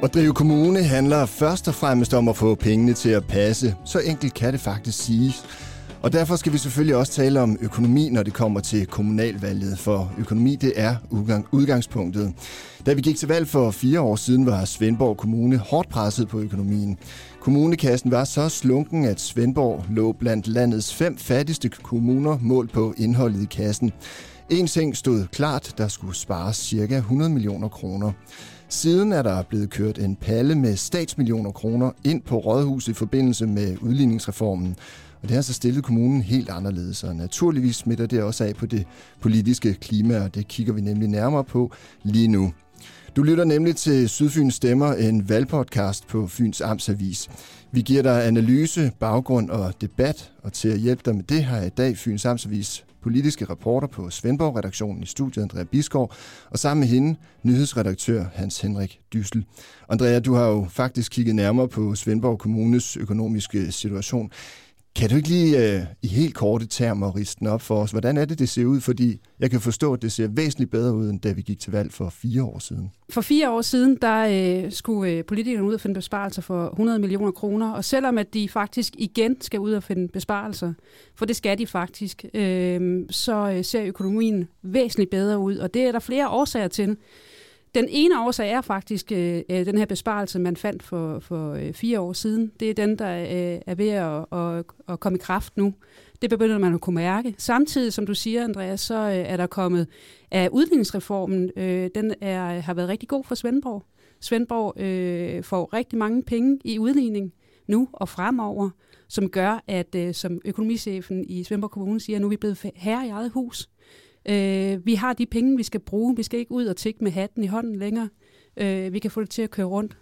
At drive kommune handler først og fremmest om at få pengene til at passe. Så enkelt kan det faktisk siges. Og derfor skal vi selvfølgelig også tale om økonomi, når det kommer til kommunalvalget, for økonomi det er udgangspunktet. Da vi gik til valg for 4 år siden, var Svendborg Kommune hårdt presset på økonomien. Kommunekassen var så slunken, at Svendborg lå blandt landets 5 fattigste kommuner målt på indholdet i kassen. En ting stod klart, der skulle spares ca. 100 millioner kroner. Siden er der blevet kørt en palle med statsmillioner kroner ind på Rådhuset i forbindelse med udligningsreformen. Og det har så stillet kommunen helt anderledes, og naturligvis smitter det også af på det politiske klima, og det kigger vi nemlig nærmere på lige nu. Du lytter nemlig til Sydfyns Stemmer, en valgpodcast på Fyns Amtsavis. Vi giver dig analyse, baggrund og debat, og til at hjælpe dig med det har jeg i dag Fyns Amtsavis politiske reporter på Svendborg-redaktionen i studiet, Andrea Bisgaard, og sammen med hende, nyhedsredaktør Hans Henrik Dyssel. Andrea, du har jo faktisk kigget nærmere på Svendborg Kommunes økonomiske situation. Kan du ikke lige i helt korte termer riste den op for os? Hvordan er det ser ud? Fordi jeg kan forstå, at det ser væsentligt bedre ud, end da vi gik til valg for 4 år siden. For 4 år siden, der skulle politikerne ud og finde besparelser for 100 millioner kroner. Og selvom at de faktisk igen skal ud og finde besparelser, for det skal de faktisk, så ser økonomien væsentligt bedre ud. Og det er der flere årsager til. Den ene årsag er faktisk den her besparelse, man fandt for 4 år siden. Det er den, der er ved at komme i kraft nu. Det begynder man at kunne mærke. Samtidig, som du siger, Andreas, så er der kommet af udligningsreformen. Den har været rigtig god for Svendborg. Svendborg får rigtig mange penge i udligning nu og fremover, som gør, at som økonomichefen i Svendborg Kommune siger, nu er vi blevet herre i eget hus. Vi har de penge, vi skal bruge. Vi skal ikke ud og tigge med hatten i hånden længere. Vi kan få det til at køre rundt.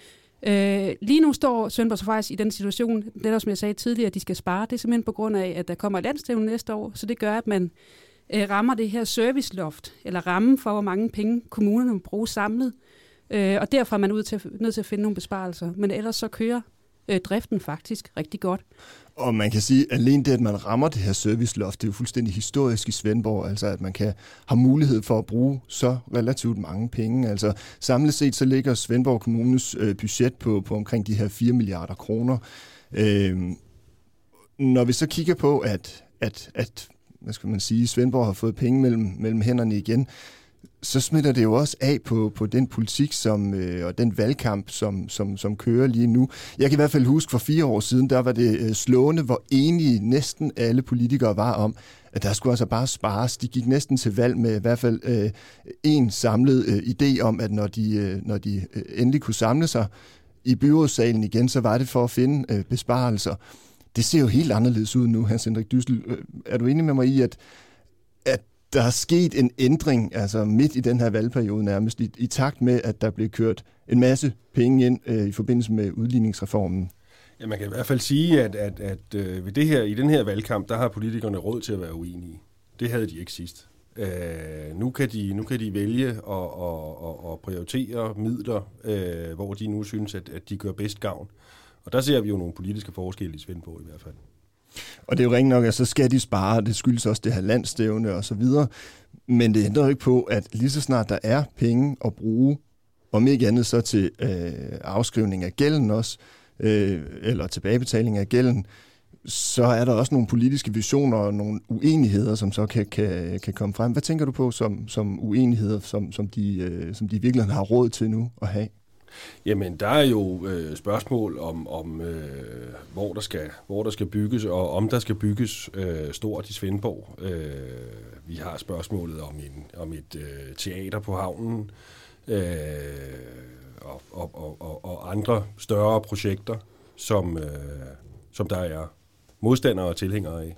Lige nu står Svendborg så faktisk i den situation, det er som jeg sagde tidligere, at de skal spare. Det er simpelthen på grund af, at der kommer et landsstævne næste år, så det gør, at man rammer det her serviceloft, eller rammen for, hvor mange penge kommunerne må bruge samlet. Og derfor er man nødt til at finde nogle besparelser. Men ellers så kører driften faktisk rigtig godt. Og man kan sige, at alene det, at man rammer det her serviceloft, det er jo fuldstændig historisk i Svendborg, altså at man kan have mulighed for at bruge så relativt mange penge. Altså samlet set så ligger Svendborg Kommunes budget på omkring de her 4 milliarder kroner. Når vi så kigger på, at hvad skal man sige, Svendborg har fået penge mellem hænderne igen, så smitter det jo også af på den politik og den valgkamp, som kører lige nu. Jeg kan i hvert fald huske, for 4 år siden, der var det slående, hvor enige næsten alle politikere var om, at der skulle altså bare spares. De gik næsten til valg med i hvert fald en samlet idé om, at når de endelig kunne samle sig i byrådssalen igen, så var det for at finde besparelser. Det ser jo helt anderledes ud nu, Hans Henrik Dyssel. Er du enig med mig i, at der er sket en ændring, altså midt i den her valgperiode nærmest, i takt med, at der blev kørt en masse penge ind i forbindelse med udligningsreformen? Ja, man kan i hvert fald sige, at ved det her, i den her valgkamp, der har politikerne råd til at være uenige. Det havde de ikke sidst. Nu kan de vælge at prioritere midler, hvor de nu synes, at de gør bedst gavn. Og der ser vi jo nogle politiske forskelle i Svendborg i hvert fald. Og det er jo rent nok, at så skal de spare, det skyldes også det her landstævne og så videre. Men det ændrer jo ikke på, at lige så snart der er penge at bruge, om ikke andet så til afskrivning af gælden også, eller tilbagebetaling af gælden, så er der også nogle politiske visioner og nogle uenigheder, som så kan komme frem. Hvad tænker du på som uenigheder, som de i virkeligheden har råd til nu at have? Jamen, der er jo spørgsmål om hvor der skal bygges, og om der skal bygges stort i Svendborg. Vi har spørgsmålet om et teater på havnen, og andre større projekter, som der er modstandere og tilhængere af.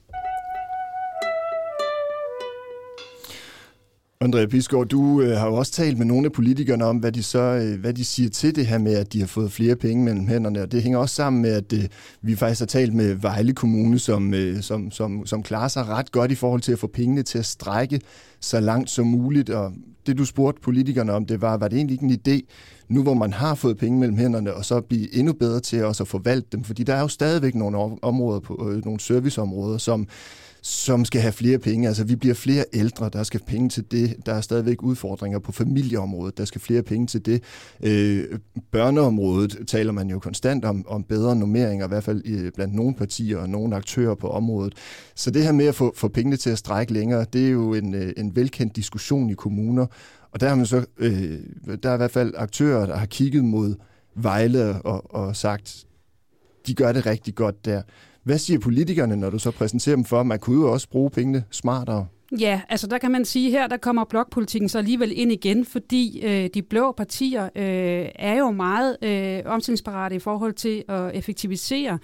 Andrea Bisgaard, du har jo også talt med nogle af politikerne om, hvad de siger til det her med, at de har fået flere penge mellem hænderne, og det hænger også sammen med, at vi faktisk har talt med Vejle Kommune, som klarer sig ret godt i forhold til at få pengene til at strække så langt som muligt, og det du spurgte politikerne om, var det egentlig ikke en idé, nu hvor man har fået penge mellem hænderne, og så blive endnu bedre til også at forvalte dem, fordi der er jo stadigvæk nogle områder, nogle serviceområder, som skal have flere penge. Altså, vi bliver flere ældre, der skal penge til det. Der er stadigvæk udfordringer på familieområdet, der skal flere penge til det. Børneområdet taler man jo konstant om bedre normeringer, i hvert fald blandt nogle partier og nogle aktører på området. Så det her med at få pengene til at strække længere, det er jo en velkendt diskussion i kommuner. Og der har man så, der er i hvert fald aktører, der har kigget mod Vejle og sagt, de gør det rigtig godt der. Hvad siger politikerne, når du så præsenterer dem for? Man kunne jo også bruge pengene smartere. Ja, altså der kan man sige, her der kommer blokpolitikken så alligevel ind igen, fordi de blå partier er jo meget omstillingsparate i forhold til at effektivisere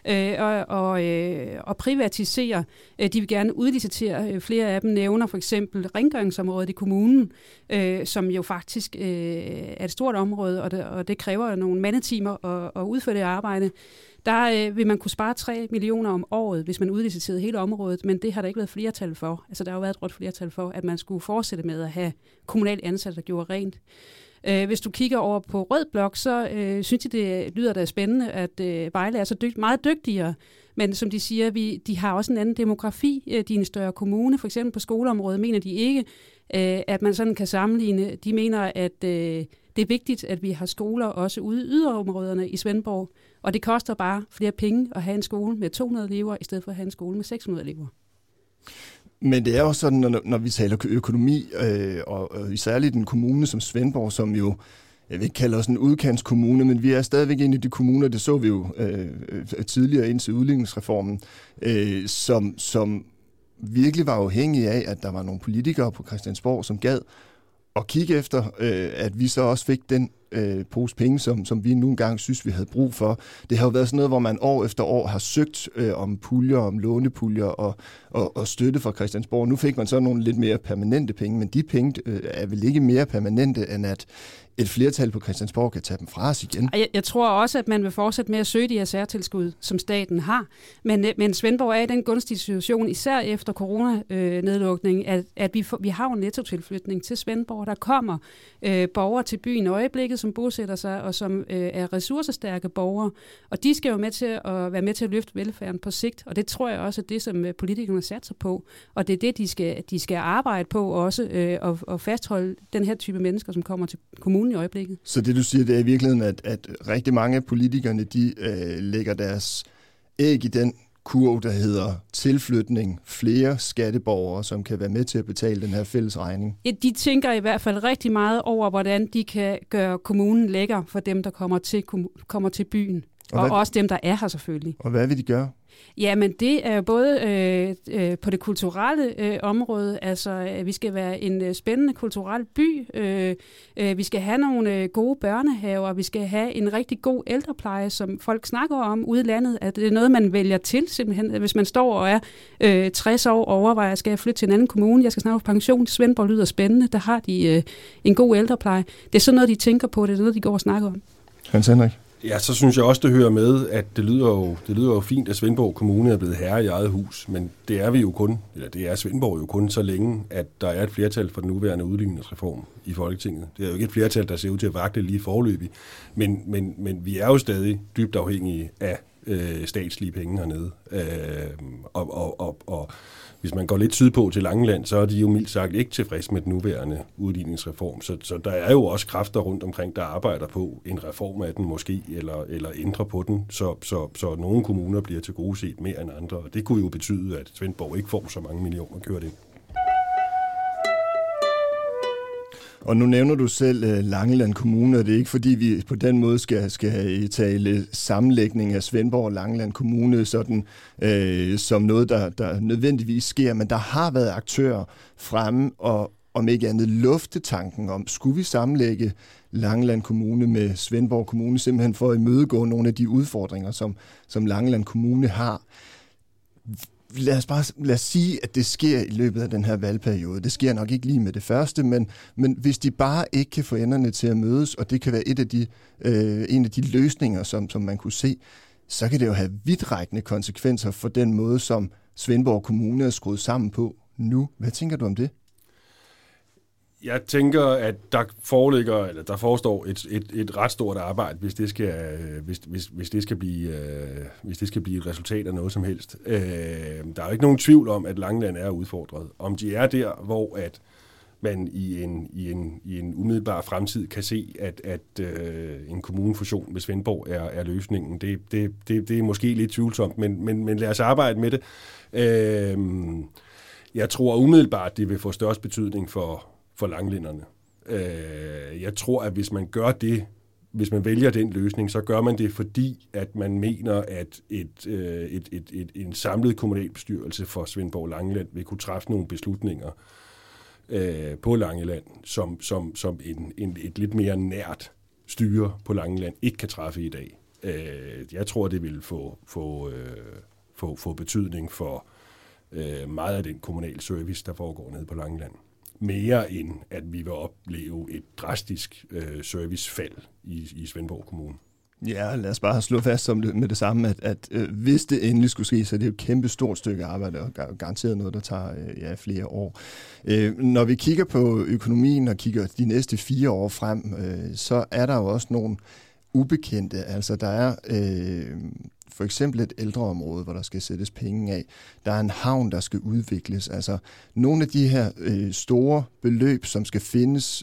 og privatisere. De vil gerne udlicitere. Flere af dem nævner for eksempel rengøringsområdet i kommunen, som jo faktisk er et stort område, og det kræver nogle mandetimer at udføre det arbejde. Der vil man kunne spare 3 millioner om året, hvis man udliciterede hele området, men det har der ikke været flertal for. Altså der har jo været et rødt flertal for, at man skulle fortsætte med at have kommunalt ansatte, der gjorde rent. Hvis du kigger over på Rød Blok, så synes jeg, det lyder da spændende, at Vejle er så meget dygtigere. Men som de siger, de har også en anden demografi. De er en større kommune, for eksempel på skoleområdet, mener de ikke, at man sådan kan sammenligne. De mener, at det er vigtigt, at vi har skoler også ude i yderområderne i Svendborg, og det koster bare flere penge at have en skole med 200 elever, i stedet for at have en skole med 600 elever. Men det er jo sådan, når vi taler økonomi, og særligt en kommune som Svendborg, som jo, jeg vil ikke kalde os en udkantskommune, men vi er stadigvæk en af de kommuner, det så vi jo tidligere indtil udligningsreformen, som virkelig var afhængige af, at der var nogle politikere på Christiansborg, som gad at kigge efter, at vi så også fik den pose penge, som vi nu engang synes, vi havde brug for. Det har jo været sådan noget, hvor man år efter år har søgt om puljer, om lånepuljer og støtte fra Christiansborg. Nu fik man så nogle lidt mere permanente penge, men de penge er vel ikke mere permanente, end at et flertal på Christiansborg kan tage dem fra os igen. Jeg tror også, at man vil fortsætte med at søge de her særtilskud, som staten har. Men Svendborg er i den gunstige situation, især efter coronanedlukningen, at vi har en nettotilflytning til Svendborg. Der kommer borgere til byen i øjeblikket, som bosætter sig, og som er ressourcestærke borgere. Og de skal jo være med til at løfte velfærden på sigt. Og det tror jeg også er det, som politikerne satser på. Og det er det, de skal arbejde på også, og fastholde den her type mennesker, som kommer til kommunen i øjeblikket. Så det, du siger, det er i virkeligheden, at rigtig mange af politikerne, de lægger deres æg i den kurv, der hedder tilflytning, flere skatteborgere, som kan være med til at betale den her fælles regning. Ja, de tænker i hvert fald rigtig meget over, hvordan de kan gøre kommunen lækker for dem, der kommer til byen. Og også dem, der er her selvfølgelig. Og hvad vil de gøre? Jamen, det er både på det kulturelle område, altså vi skal være en spændende kulturel by, vi skal have nogle gode børnehaver, vi skal have en rigtig god ældrepleje, som folk snakker om ude i landet, at det er noget, man vælger til simpelthen, hvis man står og er 60 år og overvejer, skal jeg flytte til en anden kommune, jeg skal snart på pension, Svendborg lyder spændende, der har de en god ældrepleje. Det er sådan noget, de tænker på, det er noget, de går og snakker om. Hans Henrik? Ja, så synes jeg også, det hører med, at det lyder jo fint, at Svendborg Kommune er blevet herre i eget hus, men det er Svendborg jo kun så længe, at der er et flertal for den nuværende udligningsreform i Folketinget. Det er jo ikke et flertal, der ser ud til at vakle lige foreløbig, men vi er jo stadig dybt afhængige af statslige penge hernede. Og hvis man går lidt sydpå til Langeland, så er de jo mildt sagt ikke tilfreds med den nuværende udligningsreform. Så der er jo også kræfter rundt omkring, der arbejder på en reform af den måske, eller ændre på den, så nogle kommuner bliver tilgodeset mere end andre. Og det kunne jo betyde, at Svendborg ikke får så mange millioner kørt ind. Og nu nævner du selv Langeland Kommune, og det er ikke fordi, vi på den måde skal tale sammenlægning af Svendborg og Langeland Kommune sådan, som noget, der nødvendigvis sker, men der har været aktører fremme, og om ikke andet luftetanken om, skulle vi sammenlægge Langeland Kommune med Svendborg Kommune, simpelthen for at imødegå nogle af de udfordringer, som Langeland Kommune har. Lad os sige, at det sker i løbet af den her valgperiode. Det sker nok ikke lige med det første, men hvis de bare ikke kan få enderne til at mødes, og det kan være en af de løsninger, som man kunne se, så kan det jo have vidtrækkende konsekvenser for den måde, som Svendborg Kommune er skruet sammen på nu. Hvad tænker du om det? Jeg tænker, at der forestår et ret stort arbejde, hvis det skal blive et resultat af noget som helst. Der er jo ikke nogen tvivl om, at Langeland er udfordret. Om de er der, hvor at man i en umiddelbar fremtid kan se, at en kommunefusion med Svendborg er løsningen. Det er måske lidt tvivlsomt, men lad os arbejde med det. Jeg tror umiddelbart, det vil få størst betydning for langlænderne. Jeg tror, at hvis man gør det, hvis man vælger den løsning, så gør man det, fordi at man mener, at en samlet kommunalbestyrelse for Svendborg Langeland vil kunne træffe nogle beslutninger på Langeland, som et lidt mere nært styre på Langeland ikke kan træffe i dag. Jeg tror, det vil få betydning for meget af den kommunale service, der foregår nede på Langeland. Mere end at vi vil opleve et drastisk servicefald i Svendborg Kommune. Ja, lad os bare slå fast med det samme, at hvis det endelig skulle ske, så er det jo et kæmpe stort stykke arbejde, og garanteret noget, der tager flere år. Når vi kigger på økonomien og kigger de næste 4 år frem, så er der jo også nogle ubekendte. Altså der er for eksempel et ældreområde, hvor der skal sættes penge af. Der er en havn, der skal udvikles. Altså nogle af de her store beløb, som skal findes,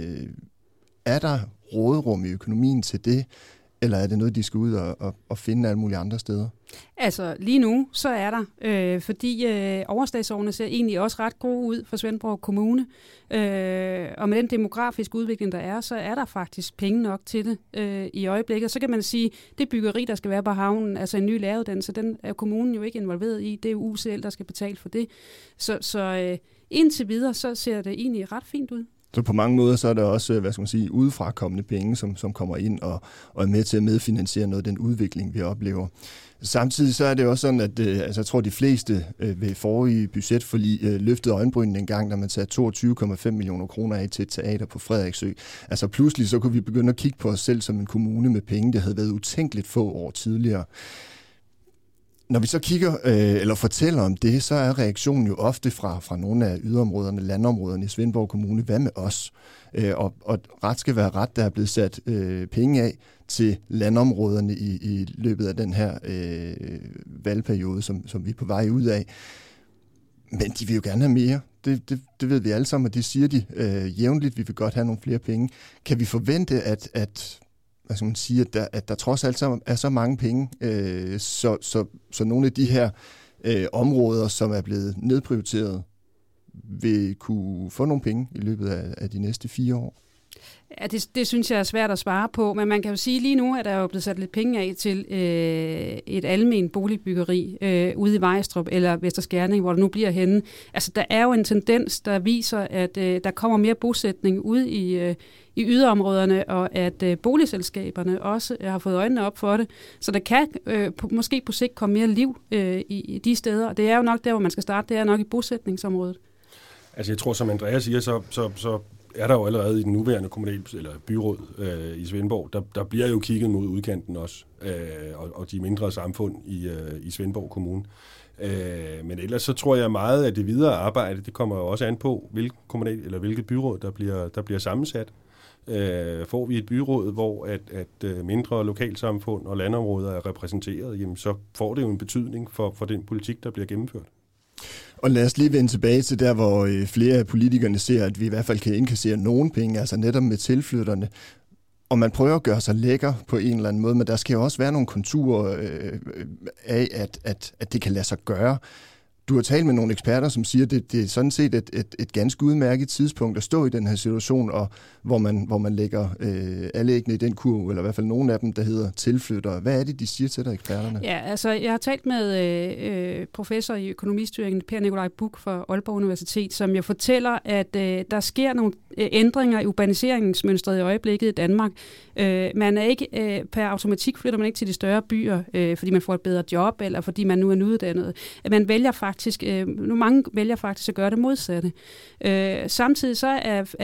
er der råderum i økonomien til det? Eller er det noget, de skal ud og finde alle mulige andre steder? Altså lige nu, så er der, fordi overslagsårene ser egentlig også ret gode ud for Svendborg Kommune. Og med den demografiske udvikling, der er, så er der faktisk penge nok til det i øjeblikket. Så kan man sige, det byggeri, der skal være på havnen, altså en ny læreruddannelse, den er kommunen jo ikke involveret i. Det er jo UCL, der skal betale for det. Så indtil videre, så ser det egentlig ret fint ud. Så på mange måder, så er der også, udefrakommende penge, som kommer ind og er med til at medfinansiere noget af den udvikling, vi oplever. Samtidig så er det også sådan, at jeg tror, de fleste ved forrige budgetforlig løftede øjenbrynene en gang, da man satte 22,5 millioner kroner af til et teater på Frederiksø. Altså pludselig så kunne vi begynde at kigge på os selv som en kommune med penge, der havde været utænkeligt få år tidligere. Når vi så kigger eller fortæller om det, så er reaktionen jo ofte fra nogle af yderområderne, landområderne i Svendborg Kommune. Hvad med os? Og ret skal være ret, der er blevet sat penge af til landområderne i løbet af den her valgperiode, som vi er på vej ud af. Men de vil jo gerne have mere. Det ved vi alle sammen, og det siger de jævnligt. Vi vil godt have nogle flere penge. Kan vi forvente, at hvad skal man sige, at der trods alt er så mange penge, så nogle af de her områder, som er blevet nedprioriteret, vil kunne få nogle penge i løbet af de næste 4 år? Ja, det synes jeg er svært at svare på, men man kan jo sige lige nu, at der er jo blevet sat lidt penge af til et almen boligbyggeri ude i Vejstrup eller Vesterskærning, hvor der nu bliver henne. Altså, der er jo en tendens, der viser, at der kommer mere bosætning ude i yderområderne, og at boligselskaberne også har fået øjnene op for det. Så der kan måske på sigt komme mere liv i de steder, og det er jo nok der, hvor man skal starte, det er nok i bosætningsområdet. Altså, jeg tror, som Andreas siger, så er der jo allerede i den nuværende byråd i Svendborg, der bliver jo kigget mod udkanten også, og de mindre samfund i Svendborg Kommune. Men ellers så tror jeg meget, at det videre arbejde, det kommer jo også an på, hvilket byråd, der bliver sammensat. Får vi et byråd, hvor at mindre lokalsamfund og landområder er repræsenteret, jamen, så får det jo en betydning for den politik, der bliver gennemført. Og lad os lige vende tilbage til der, hvor flere af politikerne ser, at vi i hvert fald kan indkassere nogle penge, altså netop med tilflytterne. Og man prøver at gøre sig lækker på en eller anden måde, men der skal jo også være nogle konturer af, at det kan lade sig gøre. Du har talt med nogle eksperter, som siger, at det er sådan set et ganske udmærket tidspunkt at stå i den her situation, og hvor man lægger alle æggene i den kurv, eller i hvert fald nogle af dem, der hedder tilflyttere. Hvad er det, de siger til dig, eksperterne? Ja, altså jeg har talt med professor i økonomistyring, Per Nikolaj Buch fra Aalborg Universitet, som jo fortæller, at der sker nogle ændringer i urbaniseringsmønstret i øjeblikket i Danmark. Man er ikke per automatik flytter man ikke til de større byer, fordi man får et bedre job, eller fordi man nu er nyuddannet. Man vælger faktisk mange vælger faktisk at gøre det modsatte. Samtidig så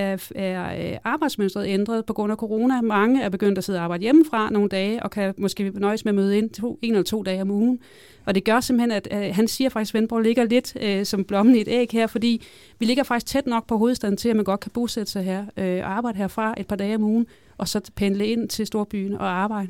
er arbejdsmønstret ændret på grund af corona. Mange er begyndt at sidde og arbejde hjemmefra nogle dage, og kan måske nøjes med at møde ind 1 eller 2 dage om ugen. Og det gør simpelthen, at han siger faktisk, at Svendborg ligger lidt som blommen i et æg her, fordi vi ligger faktisk tæt nok på hovedstaden til, at man godt kan bosætte bosætte sig her, arbejde herfra et par dage om ugen, og så pendle ind til storbyen og arbejde.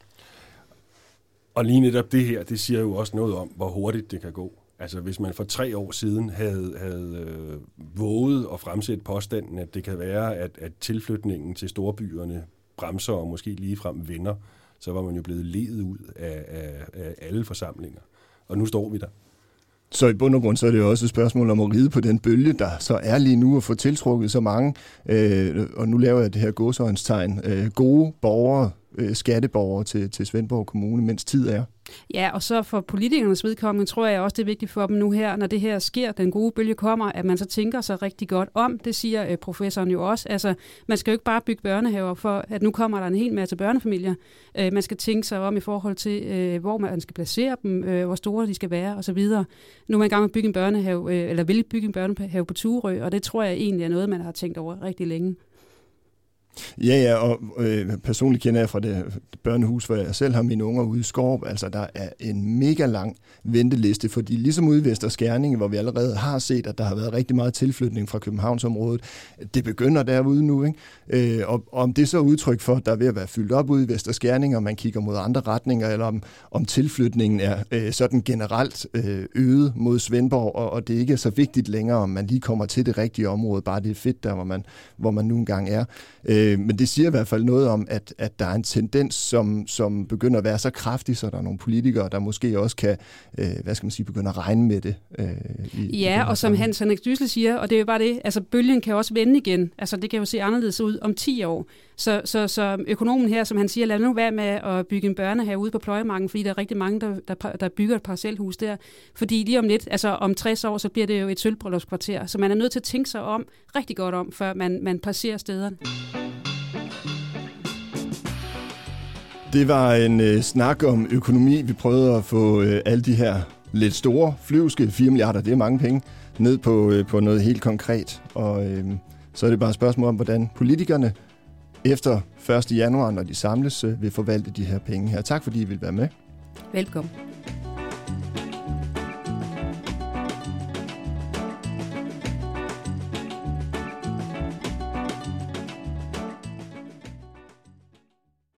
Og lige netop det her, det siger jo også noget om, hvor hurtigt det kan gå. Altså hvis man for 3 år siden havde våget at fremsætte påstanden, at det kan være, at tilflytningen til storbyerne bremser og måske ligefrem vender, så var man jo blevet ledet ud af alle forsamlinger. Og nu står vi der. Så i bund og grund så er det jo også et spørgsmål om at ride på den bølge, der så er lige nu, og få tiltrukket så mange. Og nu laver jeg det her gåseøjenstegn. Gode borgere, skatteborgere til Svendborg Kommune, mens tid er. Ja, og så for politikernes vedkommende tror jeg også, det er vigtigt for dem nu her, når det her sker, den gode bølge kommer, at man så tænker sig rigtig godt om. Det siger professoren jo også. Altså, man skal jo ikke bare bygge børnehaver for, at nu kommer der en hel masse børnefamilier. Man skal tænke sig om i forhold til, hvor man skal placere dem, hvor store de skal være osv. Nu er man i gang med at bygge en børnehave, eller vil bygge en børnehave på Turø, og det tror jeg egentlig er noget, man har tænkt over rigtig længe. Ja, og personligt kender jeg fra det børnehus, hvor jeg selv har mine unger ude i Skårup. Altså, der er en mega lang venteliste, fordi ligesom ude i Vester Skærninge, hvor vi allerede har set, at der har været rigtig meget tilflytning fra Københavnsområdet, det begynder derude nu, ikke? Og om det så er udtryk for, at der er ved at være fyldt op ude i Vester Skærninge, og man kigger mod andre retninger, eller om tilflytningen er sådan generelt øget mod Svendborg, og det ikke er så vigtigt længere, om man lige kommer til det rigtige område, bare det er fedt der, hvor man nu engang er. Men det siger i hvert fald noget om, at der er en tendens, som begynder at være så kraftig, så der er nogle politikere, der måske også kan, begynde at regne med det. Og som Hans Henrik Dyssel siger, og det er jo bare det, altså bølgen kan også vende igen. Altså det kan jo se anderledes ud om 10 år. Så økonomen her, som han siger, lad nu være med at bygge en børnehave ude på Pløjemarken, fordi der er rigtig mange, der bygger et parcelhus der. Fordi lige om lidt, altså om 60 år, så bliver det jo et sølvbryllupskvarter. Så man er nødt til at tænke sig om, rigtig godt om, før man passerer stederne. Det var en snak om økonomi. Vi prøvede at få alle de her lidt store flyvske 4 milliarder, det er mange penge, ned på noget helt konkret. Og så er det bare et spørgsmål om, hvordan politikerne efter 1. januar, når de samles, vil forvalte de her penge her. Tak fordi I vil være med. Velkommen.